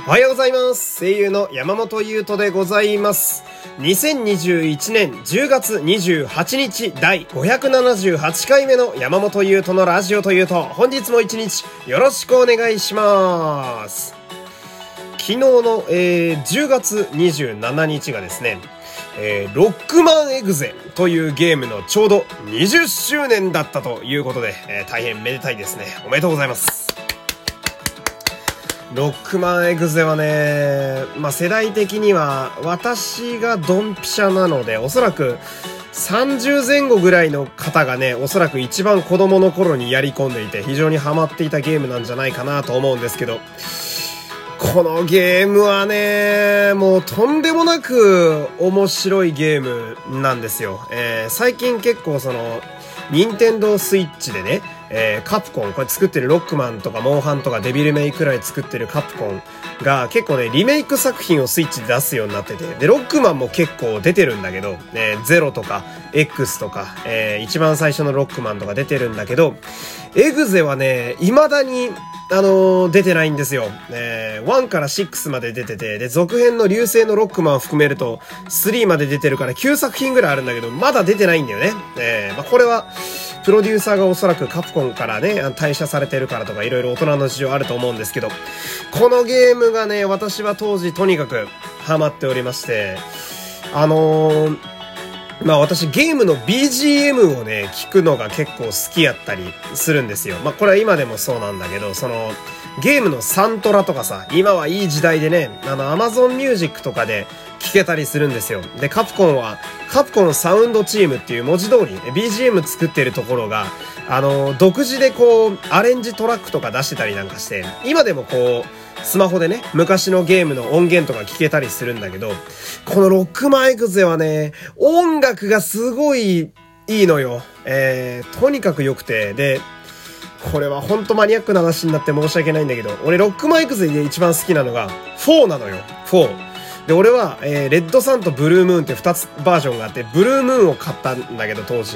おはようございます。声優の山本優斗でございます。2021年10月28日第578回目の山本優斗のラジオというと、本日も一日よろしくお願いします。昨日の、10月27日がですね、ロックマンエグゼというゲームのちょうど20周年だったということで、大変めでたいですね。おめでとうございます。ロックマンエグゼはね、世代的には私がドンピシャなので、おそらく30前後ぐらいの方がね、おそらく一番子供の頃にやり込んでいて非常にハマっていたゲームなんじゃないかなと思うんですけど、このゲームはね、もうとんでもなく面白いゲームなんですよ。最近結構任天堂スイッチでね、カプコン、これ作ってるロックマンとかモンハンとかデビルメイクらい作ってるカプコンが結構ね、リメイク作品をスイッチで出すようになってて、で、ロックマンも結構出てるんだけど、ゼロとか X とか、一番最初のロックマンとか出てるんだけど、エグゼはね、未だに出てないんですよ。1から6まで出てて、で、続編の流星のロックマンを含めると、3まで出てるから9作品ぐらいあるんだけど、まだ出てないんだよね。これは、プロデューサーがおそらくカプコンからね、退社されてるからとか、いろいろ大人の事情あると思うんですけど、このゲームがね、私は当時とにかくハマっておりまして、私ゲームの BGM をね、聞くのが結構好きやったりするんですよ。これは今でもそうなんだけど、ゲームのサントラとかさ、今はいい時代でね、Amazon Music とかで聞けたりするんですよ。で、カプコンサウンドチームっていう文字通り、BGM 作ってるところが、独自でアレンジトラックとか出してたりなんかして、今でもスマホでね、昔のゲームの音源とか聞けたりするんだけど、このロックマンエグゼはね、音楽がすごいいいのよ。とにかく良くて、で、これはほんとマニアックな話になって申し訳ないんだけど、俺ロックマンエグゼで一番好きなのが4なのよ。4。で、俺は、レッドサンとブルームーンって2つバージョンがあって、ブルームーンを買ったんだけど、当時。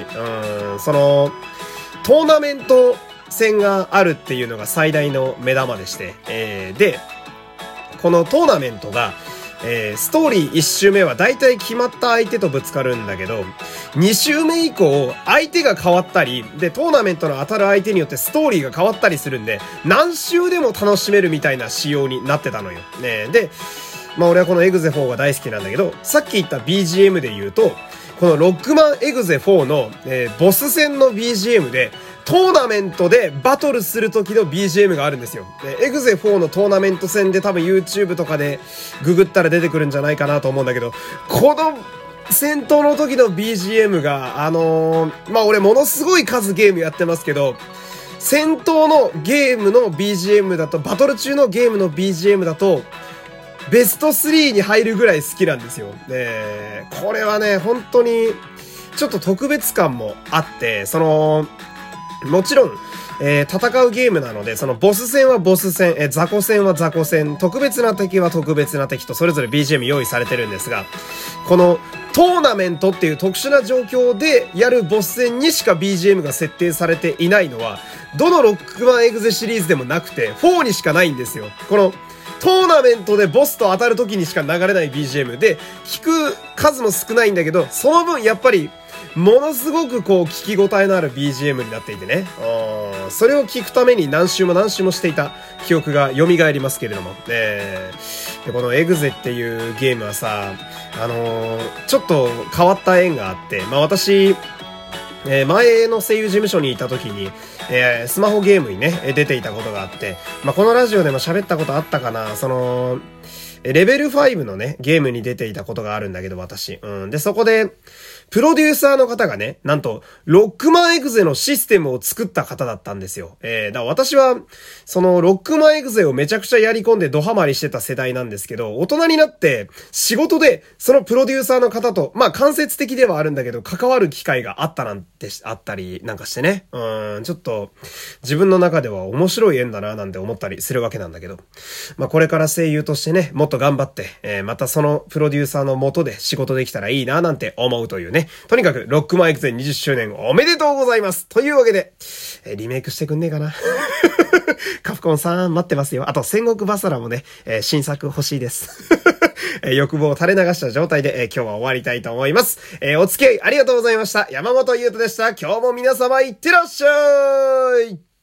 トーナメント戦があるっていうのが最大の目玉でして、で、このトーナメントが、ストーリー1周目は大体決まった相手とぶつかるんだけど、2周目以降、相手が変わったり、で、トーナメントの当たる相手によってストーリーが変わったりするんで、何周でも楽しめるみたいな仕様になってたのよ。ね、で、俺はこのエグゼ4が大好きなんだけど、さっき言った BGM で言うと、このロックマンエグゼ4の、ボス戦の BGM で、トーナメントでバトルする時の BGM があるんですよ。エグゼ4のトーナメント戦で多分 YouTube とかでググったら出てくるんじゃないかなと思うんだけど、この戦闘の時の BGM が、俺ものすごい数ゲームやってますけど、戦闘のゲームの BGM だと、バトル中のゲームの BGM だと、ベスト3に入るぐらい好きなんですよ。これはね、本当に、ちょっと特別感もあって、もちろん、戦うゲームなので、ボス戦はボス戦、雑魚戦は雑魚戦、特別な敵は特別な敵と、それぞれ BGM 用意されてるんですが、この、トーナメントっていう特殊な状況でやるボス戦にしか BGM が設定されていないのは、どのロックマンエグゼシリーズでもなくて、4にしかないんですよ。この、トーナメントでボスと当たる時にしか流れない BGM で、聞く数も少ないんだけど、その分やっぱり、ものすごく聞き応えのある BGM になっていてね。それを聞くために何周も何周もしていた記憶が蘇りますけれども。で、このエグゼっていうゲームはさ、ちょっと変わった縁があって、私、前の声優事務所にいた時に、スマホゲームにね、出ていたことがあって、このラジオでも喋ったことあったかな、レベル5のね、ゲームに出ていたことがあるんだけど、私。で、そこで、プロデューサーの方がね、なんと、ロックマンエグゼのシステムを作った方だったんですよ。だから私は、ロックマンエグゼをめちゃくちゃやり込んでドハマりしてた世代なんですけど、大人になって、仕事で、そのプロデューサーの方と、間接的ではあるんだけど、関わる機会があったりなんかしてね。ちょっと、自分の中では面白い縁だな、なんて思ったりするわけなんだけど。これから声優としてね、もっと頑張って、またそのプロデューサーの元で仕事できたらいいな、なんて思うというね。 ね。とにかく、ロックマン X 20周年おめでとうございます。というわけで、リメイクしてくんねえかな。カフコンさん待ってますよ。あと、戦国バサラもね、新作欲しいです。欲望を垂れ流した状態で、今日は終わりたいと思います。お付き合いありがとうございました。山本優斗でした。今日も皆様いってらっしゃい。